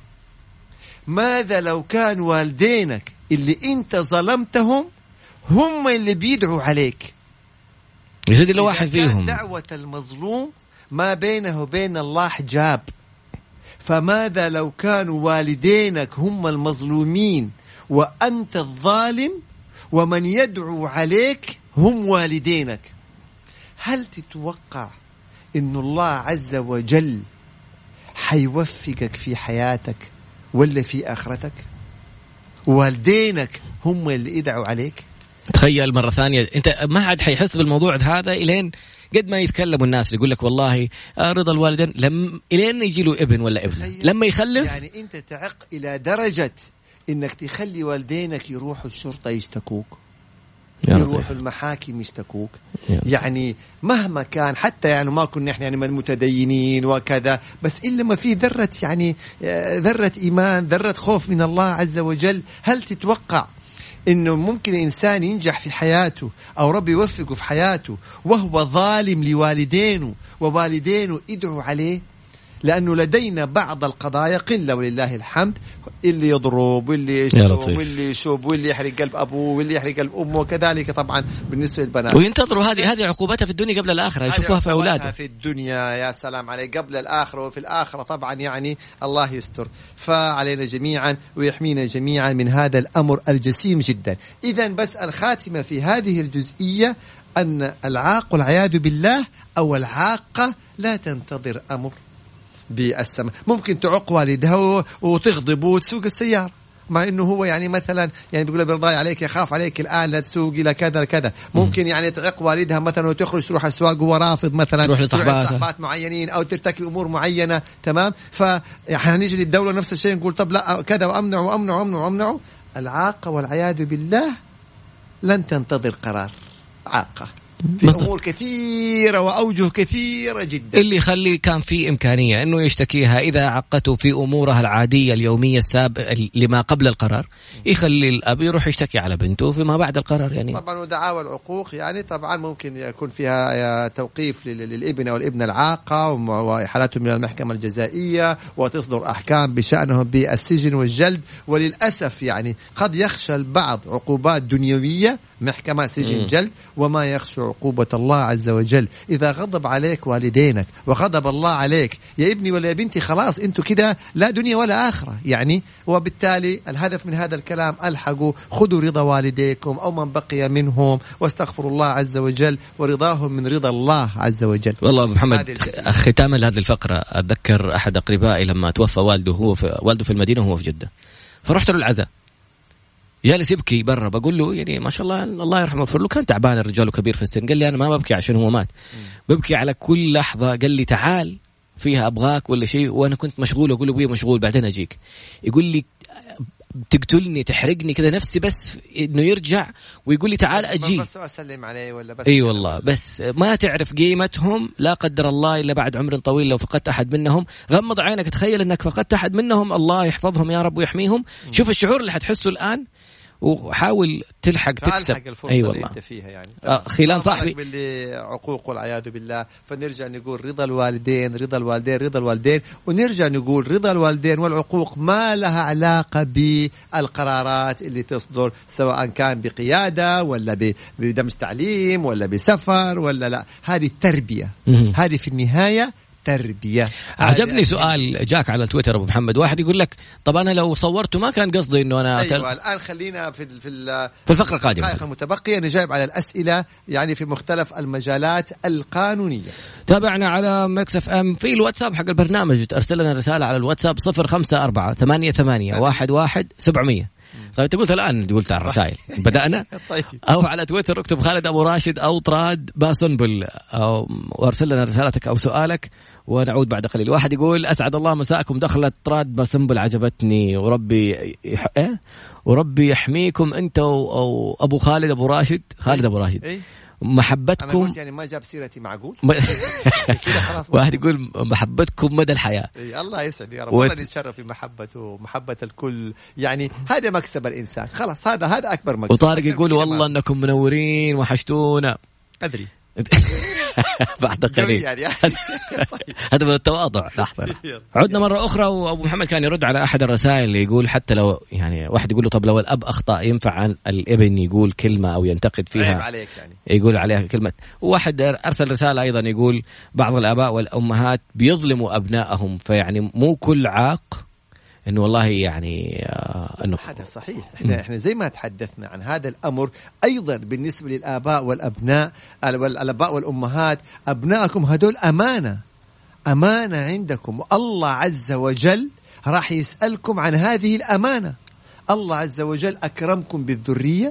ماذا لو كان والدينك اللي أنت ظلمتهم هم اللي بيدعوا عليك؟ يزيد لو واحد فيهم. دعوة المظلوم ما بينه وبين الله حجاب، فماذا لو كانوا والدينك هم المظلومين وأنت الظالم ومن يدعو عليك هم والدينك؟ هل تتوقع إن الله عز وجل حيوفقك في حياتك ولا في آخرتك؟ والدينك هم اللي يدعوا عليك. تخيل مرة ثانية أنت ما حد حيحس بالموضوع هذا إلين قد ما يتكلموا الناس يقول لك والله رضا الوالدين لم إلين يجي له ابن ولا ابن لما يخلف. يعني أنت تعق إلى درجة إنك تخلي والدينك يروحوا الشرطة يشتكوك، يروحوا المحاكم يشتكوك. يعني مهما كان حتى يعني ما كنا إحنا يعني من متدينين وكذا، بس إلا ما في ذرة يعني ذرة إيمان، ذرة خوف من الله عز وجل. هل تتوقع إنه ممكن إنسان ينجح في حياته أو ربي يوفقه في حياته وهو ظالم لوالدينه ووالدينه يدعوا عليه؟ لأنه لدينا بعض القضايا قلة ولله الحمد، اللي يضرب واللي يشتم واللي يشوب واللي يحرق قلب أبوه واللي يحرق قلب أمه، وكذلك طبعا بالنسبة للبنات. وينتظروا هذه هذه عقوبتها في الدنيا قبل الآخرة، يشوفوها في أولادها في الدنيا. يا سلام عليه، قبل الآخرة وفي الآخرة طبعا يعني الله يستر. فعلينا جميعا ويحمينا جميعا من هذا الأمر الجسيم جدا. إذن بس الخاتمة في هذه الجزئية أن العاق والعياذ بالله أو العاقة لا تنتظر أمر بالسماء. ممكن تعق والدها وتغضب وتسوق السيارة، مع انه هو يعني مثلا يعني بيقول برضاي عليك يخاف عليك الان لا تسوقي لا كذا كذا. ممكن يعني تعق والدها مثلا وتخرج تروح السواق وهو رافض مثلا، تروح لصحبات معينين او ترتكب امور معينه. تمام، فحنيجي للدوله نفس الشيء نقول طب لا كذا وامنع وامنع وامنع وامنع. العاقه والعياذ بالله لن تنتظر قرار، عاقه في مثل. أمور كثيرة وأوجه كثيرة جدا. اللي يخلي كان في إمكانية أنه يشتكيها إذا عقته في أمورها العادية اليومية السابقة لما قبل القرار، يخلي الأب يروح يشتكي على بنته فيما بعد القرار. يعني طبعا ودعاوى العقوق يعني طبعا ممكن يكون فيها توقيف للابن والابن العاقة وحالاتهم من المحكمة الجزائية وتصدر أحكام بشأنهم بالسجن والجلد. وللأسف يعني قد يخشى البعض عقوبات دنيوية، محكمة سجن جلد، وما يخشى عقوبة الله عز وجل. إذا غضب عليك والدينك وغضب الله عليك يا ابني ولا يا بنتي، خلاص انتوا كده لا دنيا ولا آخرة يعني. وبالتالي الهدف من هذا الكلام ألحقوا خذوا رضا والديكم أو من بقي منهم واستغفروا الله عز وجل ورضاهم من رضا الله عز وجل. والله أبو محمد ختاما لهذه الفقرة، أتذكر أحد أقربائي لما توفى والده، هو في والده في المدينة وهو في جدة، فرحت له العزاء جالس يبكي برا. بقول له يعني ما شاء الله الله يرحمه ويغفر له، كان تعبان الرجال وكبير في السن. قال لي أنا ما ببكي عشان هو مات، ببكي على كل لحظة. قال لي تعال فيها أبغاك ولا شيء وأنا كنت مشغول، أقول له أبوي مشغول بعدين أجيك. يقول لي تقتلني تحرقني كذا نفسي بس إنه يرجع ويقول لي تعال أجي بس أسلم عليه ولا بس. اي أيوة والله، بس ما تعرف قيمتهم لا قدر الله إلا بعد عمر طويل. لو فقدت أحد منهم غمض عينك، تخيل أنك فقدت أحد منهم، الله يحفظهم يا رب ويحميهم. م. شوف الشعور اللي حتحسه الآن، وحاول تلحق تكسب. الفرصة أيوة اللي انت فيها يعني. آه خلال صاحبي باللي عقوق والعياذ بالله. فنرجع نقول رضا الوالدين رضا الوالدين رضا الوالدين، ونرجع نقول رضا الوالدين والعقوق ما لها علاقة بالقرارات اللي تصدر، سواء كان بقيادة ولا بدمج تعليم ولا بسفر ولا لا. هذه التربية، هذه في النهاية تربية. عجبني سؤال جاك على تويتر أبو محمد، واحد يقول لك طب أنا لو صورته ما كان قصدي إنه أنا أيوة. تل... الآن خلينا في في, في الفقرة القادمة المتبقية نجاوب على الأسئلة يعني في مختلف المجالات القانونية. تابعنا على ميكس اف ام في الواتساب حق البرنامج، أرسل لنا رسالة على الواتساب صفر خمسة أربعة ثمانية ثمانية واحد واحد سبعمية. طيب انت قلت الآن قلت على الرسائل بدأنا. طيب. أو على تويتر اكتب خالد أبو راشد أو طراد باسنبل أو وارسل لنا رسالتك أو سؤالك ونعود بعد قليل. واحد يقول أسعد الله مساءكم، دخلت طراد باسنبل عجبتني وربي يح... إيه؟ وربي يحميكم أنت أو أبو خالد أبو راشد خالد أبو راشد. إيه؟ محبتكم. أنا يعني ما جاب سيرتي معقول. واحد يقول محبتكم مدى الحياة. إيه الله يسعد يا رب. والله نتشرف بمحبته محبة الكل، يعني هذا مكسب الإنسان خلاص، هذا هذا أكبر مكسب. وطارق يقول والله أنكم منورين وحشتونا. أدري. بعد قليل هذا من التواضع. لحظة عدنا مرة أخرى، وأبو محمد كان يرد على أحد الرسائل اللي يقول حتى لو يعني واحد يقول له طب لو الأب أخطأ ينفع عن الابن يقول كلمة أو ينتقد فيها؟ عيب عليك يعني. يقول عليها كلمة. وواحد أرسل رسالة أيضا يقول بعض الآباء والأمهات بيظلموا أبنائهم، فيعني مو كل عاق إنه والله يعني آه إنه هذا صحيح. إحنا إحنا زي ما تحدثنا عن هذا الأمر أيضا بالنسبة للآباء والأبناء الآباء والأمهات، أبنائكم هدول أمانة أمانة عندكم، والله عز وجل راح يسألكم عن هذه الأمانة. الله عز وجل أكرمكم بالذرية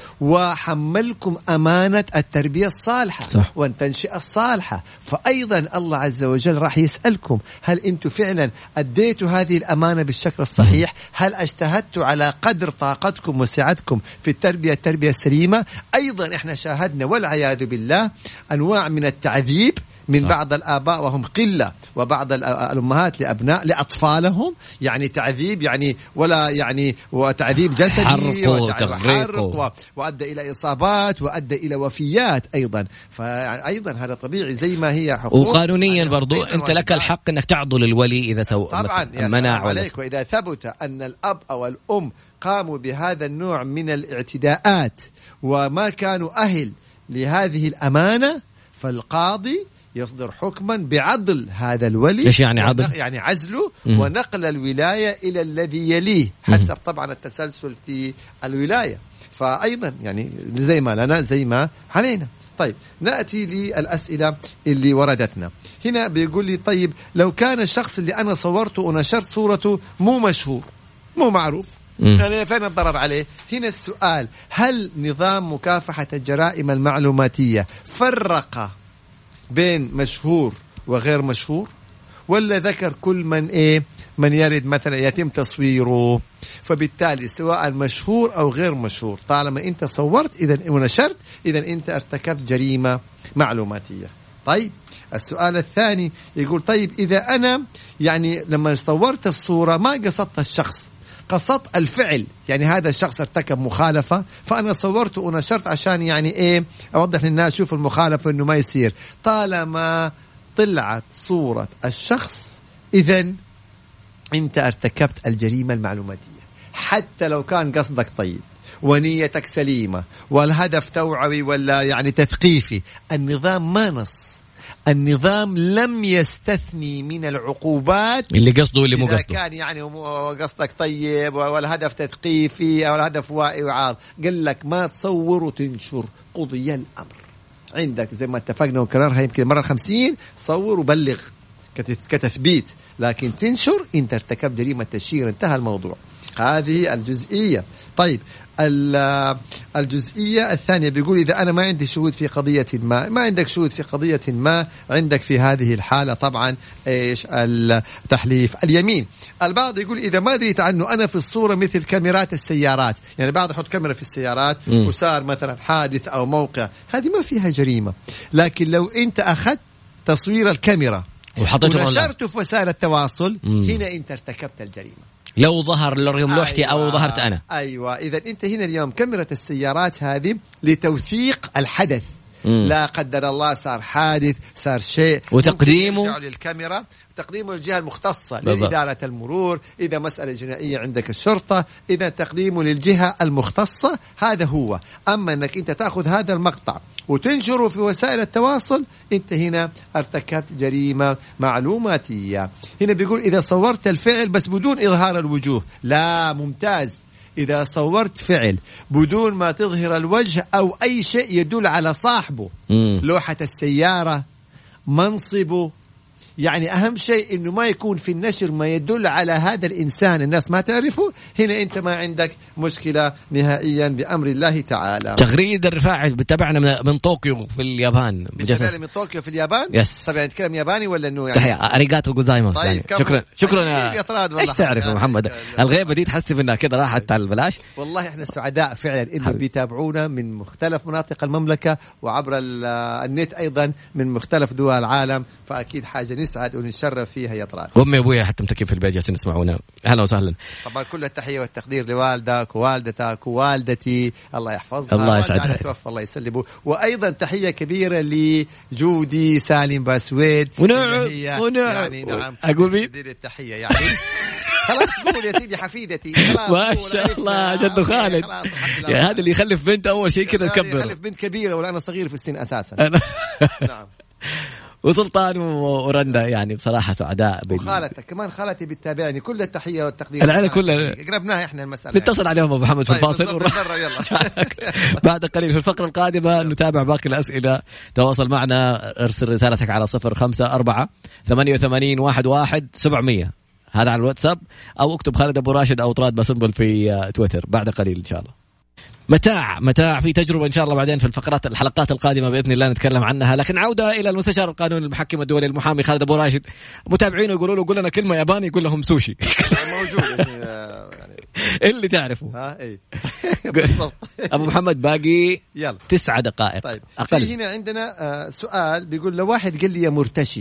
وحملكم أمانة التربية الصالحة صح. والتنشئة الصالحة، فأيضا الله عز وجل راح يسألكم هل أنتم فعلا أديتوا هذه الأمانة بالشكل الصحيح؟ هل اجتهدتوا على قدر طاقتكم وسعتكم في التربية التربية السليمة؟ أيضا إحنا شاهدنا والعياذ بالله أنواع من التعذيب من صح. بعض الآباء وهم قلة، وبعض الأمهات لأبناء لأطفالهم، يعني تعذيب يعني ولا يعني وتعذيب جسدي وحرق وأدى إلى إصابات وأدى إلى وفيات أيضا. فأيضا هذا طبيعي زي ما هي حقوق، وقانونيا برضو أنت لك الحق أنك تعضل الولي إذا سوى طبعا منع عليك. وإذا ثبت أن الأب أو الأم قاموا بهذا النوع من الاعتداءات وما كانوا أهل لهذه الأمانة، فالقاضي يصدر حكما بعضل هذا الولي. ايش يعني عضل؟ يعني عزله مم. ونقل الولاية إلى الذي يليه حسب مم. طبعا التسلسل في الولاية. فأيضا يعني زي ما لنا زي ما علينا. طيب نأتي للأسئلة اللي وردتنا هنا. بيقول لي طيب لو كان الشخص اللي أنا صورته ونشرت صورته مو مشهور مو معروف، يعني فين الضرر عليه؟ هنا السؤال، هل نظام مكافحة الجرائم المعلوماتية فرق بين مشهور وغير مشهور، ولا ذكر كل من ايه من يرد مثلا يتم تصويره؟ فبالتالي سواء مشهور او غير مشهور طالما انت صورت اذا ونشرت اذا انت ارتكبت جريمة معلوماتية. طيب السؤال الثاني يقول طيب اذا انا يعني لما صورت الصورة ما قصدت الشخص، قصدت الفعل، يعني هذا الشخص ارتكب مخالفة فأنا صورته ونشرت عشان يعني إيه أوضح للناس شوف المخالفة إنه ما يصير، طالما طلعت صورة الشخص إذن أنت ارتكبت الجريمة المعلوماتية، حتى لو كان قصدك طيب ونيتك سليمة والهدف توعوي ولا يعني تثقيفي. النظام ما نص، النظام لم يستثني من العقوبات اللي قصده واللي مو قصده. قصده كان يعني قصدك طيب والهدف تثقيفي أو الهدف وعاظ، قال لك ما تصور وتنشر، قضي الأمر عندك زي ما اتفقنا وكررها يمكن مرة خمسين، صور وبلغ كتثبيت، لكن تنشر أنت ارتكب جريمة تشهير، انتهى الموضوع. هذه الجزئية. طيب الجزئية الثانية بيقول إذا أنا ما عندي شهود في قضية ما، ما عندك شهود في قضية ما، عندك في هذه الحالة طبعا إيش التحليف اليمين. البعض يقول إذا ما دريت عنه أنا في الصورة مثل كاميرات السيارات، يعني بعض يحط كاميرا في السيارات م. وصار مثلا حادث أو موقع، هذه ما فيها جريمة. لكن لو أنت أخذت تصوير الكاميرا ونشرته في وسائل التواصل م. هنا أنت ارتكبت الجريمة. لو ظهر اليوم لوحتي أيوة. أو ظهرت أنا. أيوة. إذا أنت هنا اليوم كاميرا السيارات هذه لتوثيق الحدث، مم. لا قدر الله صار حادث، صار شيء، وتقديمه للكاميرا، تقديمه للجهة المختصة لإدارة المرور، إذا مسألة جنائية عندك الشرطة، إذا تقديمه للجهة المختصة، هذا هو. أما أنك أنت تأخذ هذا المقطع وتنشره في وسائل التواصل، أنت هنا ارتكبت جريمة معلوماتية. هنا بيقول إذا صورت الفعل بس بدون إظهار الوجوه، لا ممتاز. إذا صورت فعل بدون ما تظهر الوجه أو أي شيء يدل على صاحبه، مم. لوحة السيارة، منصبه، يعني أهم شيء إنه ما يكون في النشر ما يدل على هذا الإنسان الناس ما تعرفه، هنا أنت ما عندك مشكلة نهائيا بأمر الله تعالى. تغريد الرفاعي بتابعنا من طوكيو في اليابان. بتابعنا من طوكيو في اليابان. يس. طبعا نتكلم ياباني ولا إنه يعني؟ تحية أريغاتو جوزايماس. طيب يعني. شكرا شكرا يا إيش تعرف يا محمد الغيبة دي تحسب إنها كده راحت على البلاش. والله إحنا سعداء فعلا إنه بيتابعونا من مختلف مناطق المملكة وعبر النت أيضا من مختلف دول العالم، فأكيد حاجة نسعد ونتشرف فيها يا طراد. أمي وأبويا حتى متكين في البيت جالسين يسمعونا، أهلا وسهلا. طبعا كل التحية والتقدير لوالدك ووالدتك ووالدتي، الله يحفظها، الله يسعدها، توفى الله يسلمه. وأيضا تحية كبيرة لجودي سالم باسويد، ونعم ونعم يعني نعم أقول بي التحية يعني خلاص قول يا سيدي حفيدتي، ما شاء الله جد خالد. يا هذا اللي يخلف بنت أول شيء كذا تكبر، يخلف بنت كبيرة ولا أنا صغير في السن أساسا. نعم. وسلطان ورندا يعني بصراحة سعداء. وخالتك كمان، خالتي بتتابعني، كل التحية والتقدير. العيلة كلها قربناها احنا المسألة، نتصل عليهم أبو محمد في طيب الفاصل يلا. بعد قليل في الفقرة القادمة نتابع باقي الأسئلة. تواصل معنا، ارسل رسالتك على صفر خمسة أربعة ثمانية وثمانين واحد واحد سبعمية، هذا على الواتساب، أو اكتب خالد أبو راشد أو طراد باسنبل في تويتر. بعد قليل إن شاء الله متاع متاع في تجربة إن شاء الله بعدين في الفقرات الحلقات القادمة بإذن الله نتكلم عنها. لكن عودة إلى المستشار القانوني المحكم الدولي المحامي خالد أبو راشد. متابعينه يقولوا له قول لنا كلمة ياباني، يقول لهم سوشي. موجود يعني اللي تعرفه. ها اي أبو محمد باقي يلا تسعة دقائق. طيب أقل. في هنا عندنا سؤال بيقول لو واحد قال لي يا مرتشي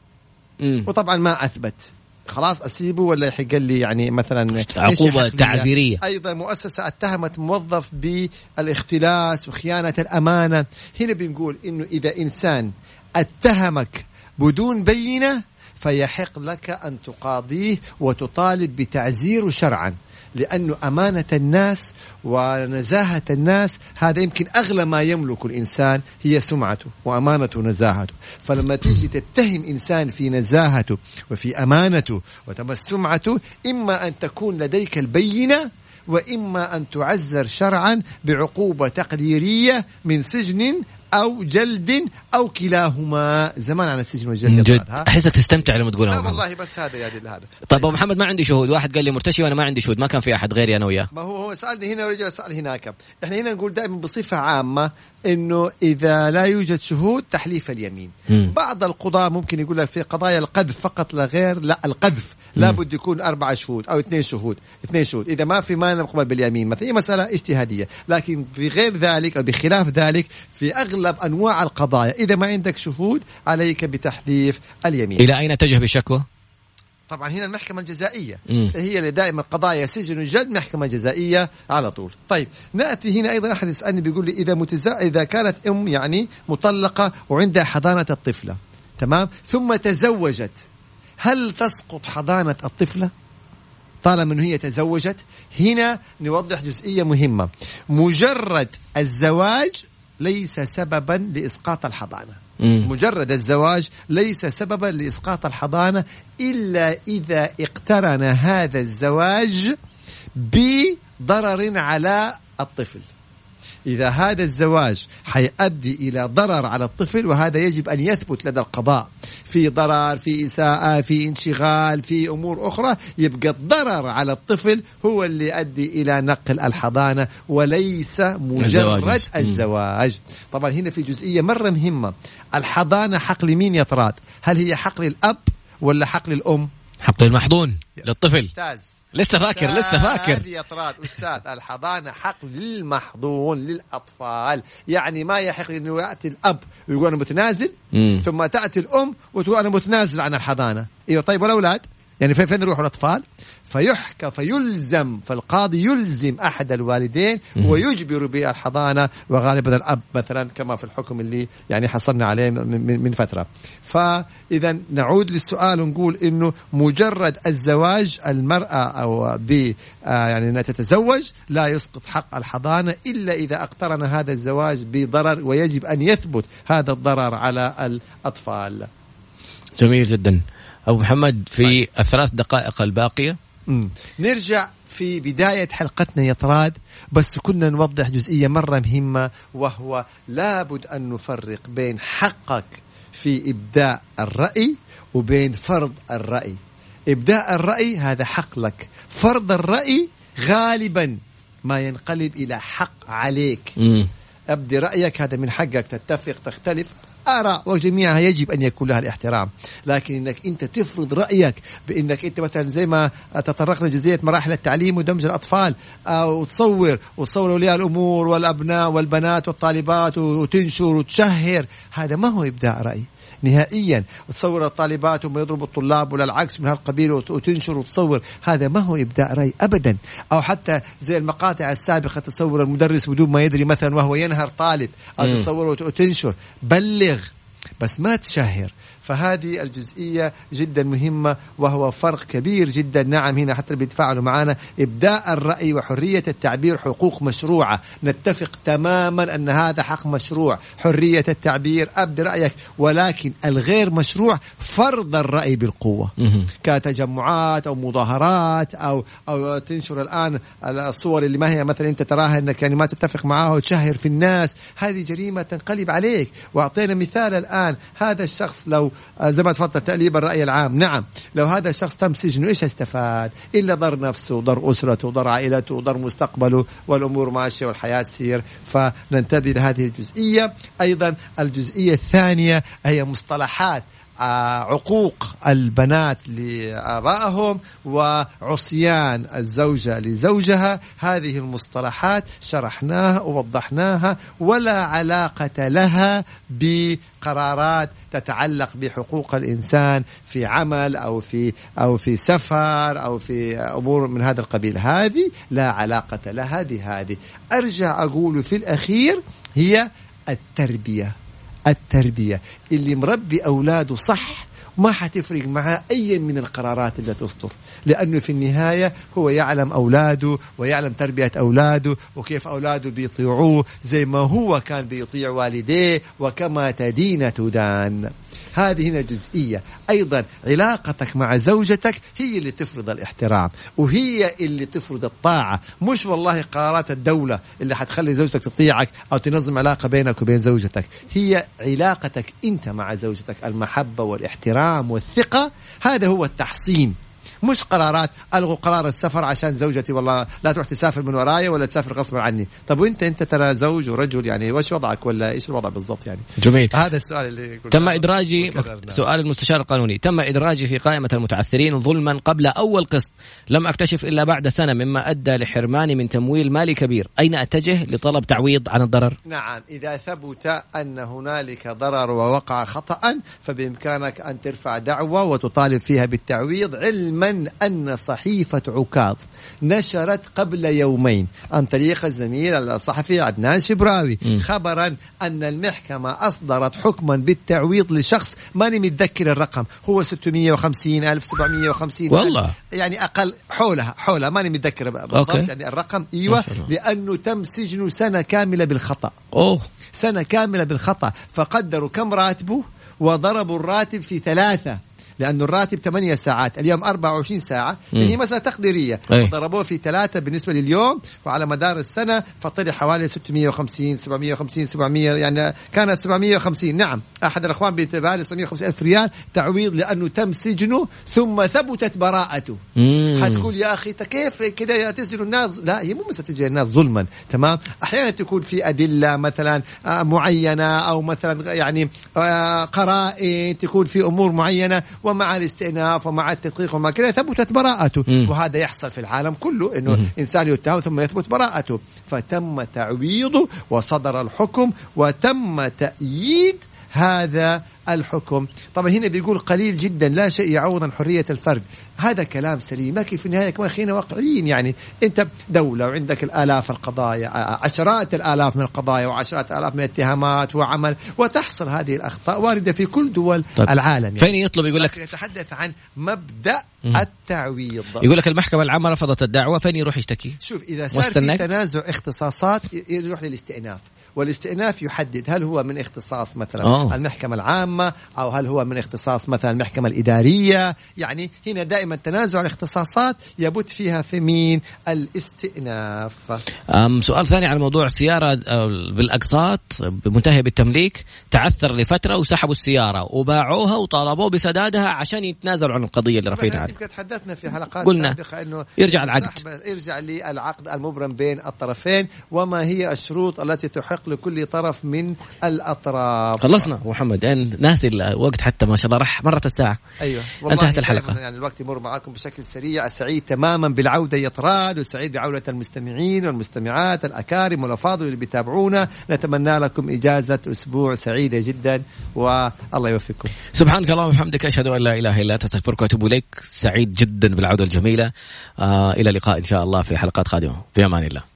مم. وطبعا ما أثبت، خلاص أسيبه ولا يحق لي يعني مثلا عقوبة تعزيرية؟ أيضا مؤسسة اتهمت موظف بالاختلاس وخيانة الأمانة. هنا بنقول إنه إذا إنسان اتهمك بدون بينة فيحق لك أن تقاضيه وتطالب بتعزيره شرعا، لأنه أمانة الناس ونزاهة الناس هذا يمكن أغلى ما يملك الإنسان، هي سمعته وأمانته ونزاهته. فلما تيجي تتهم إنسان في نزاهته وفي أمانته وتمس سمعته، إما أن تكون لديك البينة وإما أن تعزر شرعا بعقوبة تقديرية من سجن أو جلد أو كلاهما. زمان عن السجن والجلد جد أحسك تستمتع لما تقولها. والله بس هذا يا دل هذا. طيب أبو محمد ما عندي شهود، واحد قال لي مرتشي وأنا ما عندي شهود، ما كان في أحد غيري أنا وياه. ما هو هو سألني هنا ورجع سأل هناك. إحنا هنا نقول دائما بصفة عامة إنه إذا لا يوجد شهود تحليف اليمين. م. بعض القضاة ممكن يقول لك في قضايا القذف فقط لا غير، لا القذف لابد يكون أربعة شهود أو اثنين شهود اثنين شهود إذا ما في ما نقبل باليمين مثلا، هي مسألة اجتهادية. لكن في غير ذلك أو بخلاف ذلك في أغلب أنواع القضايا إذا ما عندك شهود عليك بتحليف اليمين. إلى أين تجه بالشكوى؟ طبعا هنا المحكمة الجزائية م. هي اللي دائما قضايا سجن وجلد محكمة جزائية على طول. طيب نأتي هنا أيضا أحد يسألني بيقول لي إذا متزا... إذا كانت أم يعني مطلقة وعندها حضانة الطفلة تمام ثم تزوجت، هل تسقط حضانة الطفلة طالما أنه هي تزوجت؟ هنا نوضح جزئية مهمة، مجرد الزواج ليس سببا لإسقاط الحضانة. مم. مجرد الزواج ليس سببا لإسقاط الحضانة إلا إذا اقترن هذا الزواج بضرر على الطفل. إذا هذا الزواج حيؤدي إلى ضرر على الطفل، وهذا يجب أن يثبت لدى القضاء، في ضرر، في إساءة، في انشغال، في أمور أخرى، يبقى الضرر على الطفل هو اللي يؤدي إلى نقل الحضانة وليس مجرد الزواج. طبعا هنا في جزئية مرة مهمة، الحضانة حق لمين يا طراد؟ هل هي حق للأب ولا حق للأم؟ حق للمحضون للطفل. أستاذ لسه فاكر لسه فاكر يا طراد أستاذ، الحضانة حق للمحضون للأطفال. يعني ما يحق إنه يأتي الأب ويقول أنا متنازل، مم. ثم تأتي الأم وتقول أنا متنازل عن الحضانة. إيوه طيب والأولاد يعني فين يروحوا الأطفال؟ فيحكى فيلزم، فالقاضي يلزم أحد الوالدين ويجبر بالحضانة، وغالبا الأب مثلا كما في الحكم اللي يعني حصلنا عليه من, من فترة. فإذا نعود للسؤال ونقول إنه مجرد الزواج المرأة أو ب يعني أنها تتزوج لا يسقط حق الحضانة إلا إذا اقترن هذا الزواج بضرر، ويجب أن يثبت هذا الضرر على الأطفال. جميل جدا أبو محمد. في طيب. الثلاث دقائق الباقية مم. نرجع في بداية حلقتنا يا طراد، بس كنا نوضح جزئية مرة مهمة، وهو لابد أن نفرق بين حقك في إبداء الرأي وبين فرض الرأي. إبداء الرأي هذا حق لك، فرض الرأي غالبا ما ينقلب إلى حق عليك. مم. أبدي رأيك، هذا من حقك، تتفق تختلف آراء وجميعها يجب أن يكون لها الاحترام. لكن إنك أنت تفرض رأيك بإنك أنت مثلا زي ما تطرقنا جزئية مراحل التعليم ودمج الأطفال، أو تصور وتصور أولياء الأمور والأبناء والبنات والطالبات وتنشر وتشهر، هذا ما هو إبداء رأي نهائيا. وتصور الطالبات وما يضربوا الطلاب ولا العكس من هالقبيل وتنشر وتصور، هذا ما هو إبداء رأي أبدا. أو حتى زي المقاطع السابقة، تصور المدرس بدون ما يدري مثلا وهو ينهر طالب، أو تصور وتنشر، بلغ بس ما تشهر. فهذه الجزئية جدا مهمة، وهو فرق كبير جدا. نعم هنا حتى بيتفاعلوا معنا، إبداء الرأي وحرية التعبير حقوق مشروعة، نتفق تماما أن هذا حق مشروع، حرية التعبير، أبدي رأيك. ولكن الغير مشروع فرض الرأي بالقوة، كتجمعات أو مظاهرات، أو أو تنشر الآن الصور اللي ما هي مثلا أنت تراها أنك يعني ما تتفق معها وتشهر في الناس، هذه جريمة تنقلب عليك. وأعطينا مثال الآن، هذا الشخص لو زي ما تفضل تأليب الرأي العام، نعم لو هذا الشخص تم سجنه إيش استفاد؟ إلا ضر نفسه وضر أسرته وضر عائلته وضر مستقبله، والأمور ماشية والحياة تسير. فننتبه لهذه الجزئية. أيضا الجزئية الثانية هي مصطلحات عقوق البنات لآبائهم وعصيان الزوجة لزوجها. هذه المصطلحات شرحناها ووضحناها، ولا علاقة لها بقرارات تتعلق بحقوق الإنسان في عمل أو في أو في سفر أو في أمور من هذا القبيل. هذه لا علاقة لها بهذه. أرجع أقول في الأخير هي التربية. التربية اللي مربي أولاده صح ما حتفرق معاه أي من القرارات اللي تصدر، لأنه في النهاية هو يعلم أولاده ويعلم تربية أولاده وكيف أولاده بيطيعوه زي ما هو كان بيطيع والديه، وكما تدين تدان. هذه هنا جزئية. أيضا علاقتك مع زوجتك هي اللي تفرض الاحترام، وهي اللي تفرض الطاعة، مش والله قرارات الدولة اللي حتخلي زوجتك تطيعك أو تنظم علاقة بينك وبين زوجتك. هي علاقتك أنت مع زوجتك، المحبة والاحترام والثقة، هذا هو التحصين. مش قرارات ألغوا قرار السفر عشان زوجتي والله لا تروح تسافر من ورايا ولا تسافر غصبا عني. طب وانت انت ترى زوج ورجل، يعني وش وضعك ولا ايش الوضع بالضبط؟ يعني جميل. هذا السؤال اللي تم إدراجي سؤال المستشار القانوني، تم إدراجي في قائمة المتعثرين ظلما قبل أول قسط، لم أكتشف إلا بعد سنة، مما أدى لحرماني من تمويل مالي كبير. أين أتجه لطلب تعويض عن الضرر؟ نعم، إذا ثبت أن هنالك ضرر ووقع خطأ فبإمكانك أن ترفع دعوة وتطالب فيها بالتعويض، علما أن صحيفة عكاظ نشرت قبل يومين عن طريق الزميل الصحفي عدنان شبراوي م. خبرا أن المحكمة أصدرت حكما بالتعويض لشخص ماني متذكر الرقم، هو ستمائة وخمسين ألف سبعمائة وخمسين والله ألف، يعني أقل حولها حولها ماني متذكر بالضبط يعني الرقم. إيوه، لأنه تم سجنه سنة كاملة بالخطأ. أوه. سنة كاملة بالخطأ، فقدروا كم راتبه وضربوا الراتب في ثلاثة لأنه الراتب ثمانية ساعات، اليوم أربعة وعشرين ساعة، اللي هي مسألة تقديرية، ضربوه في ثلاثة بالنسبة لليوم، وعلى مدار السنة فطلع حوالي ستمائة وخمسين سبعمائة وخمسين سبعمائة، يعني كانت سبعمائة وخمسين. نعم أحد الأخوان بيتبالي سبعمائة وخمسين ألف ريال تعويض لأنه تم سجنه ثم ثبتت براءته. هتقول يا أخي كيف كده تسجن الناس؟ لا، هي مو مثل تسجن الناس ظلما، تمام. أحيانا تكون في أدلة مثلا معينة أو مثلا يعني قرائن، تكون في أمور معينة، ومع الاستئناف ومع التدقيق وما كده ثبتت براءته. مم. وهذا يحصل في العالم كله، إنه مم. إنسان يتهم ثم يثبت براءته، فتم تعويضه وصدر الحكم وتم تأييد هذا الحكم. طبعا هنا بيقول قليل جدا لا شيء يعوض عن حرية الفرد، هذا كلام سليم، لكن في النهاية كمان خلينا واقعيين. يعني أنت دولة وعندك الآلاف القضايا، عشرات الآلاف من القضايا وعشرات الآلاف من الاتهامات وعمل، وتحصل هذه الأخطاء واردة في كل دول طيب. العالم. يعني فين يطلب يقول لك يتحدث عن مبدأ م. التعويض، يقول لك المحكمة العامة رفضت الدعوة، فين يروح يشتكي؟ شوف إذا صار في تنازع اختصاصات يروح للاستئناف، والاستئناف يحدد هل هو من اختصاص مثلا أوه. المحكمة العامة، أو هل هو من اختصاص مثلا المحكمة الإدارية. يعني هنا دائما تنازع الاختصاصات يبت فيها في مين؟ الاستئناف. أم سؤال ثاني على موضوع سيارة بالأقساط منتهية بالتمليك، تعثر لفترة وسحبوا السيارة وباعوها وطالبوا بسدادها عشان يتنازلوا عن القضية اللي رفعنا عنها. تحدثنا في حلقات سابقة إنه يرجع العقد، يرجع للعقد المبرم بين الطرفين، وما هي الشروط التي تحق لكل طرف من الأطراف. خلصنا محمد، يعني ناسي الوقت حتى، ما شاء الله راح مرت الساعة. أيوة انتهت الحلقة، يعني الوقت يمر معكم بشكل سريع. سعيد تماما بالعودة يا طراد، وسعيد بعودة المستمعين والمستمعات الأكارم والأفاضل اللي بيتابعونا. نتمنى لكم إجازة أسبوع سعيدة جدا، والله يوفقكم. سبحانك اللهم وبحمدك، أشهد أن لا إله إلا أنت، أستغفرك وأتوب إليك. سعيد جدا بالعودة الجميلة. آه إلى اللقاء إن شاء الله في حلقات قادمة، في أمان الله.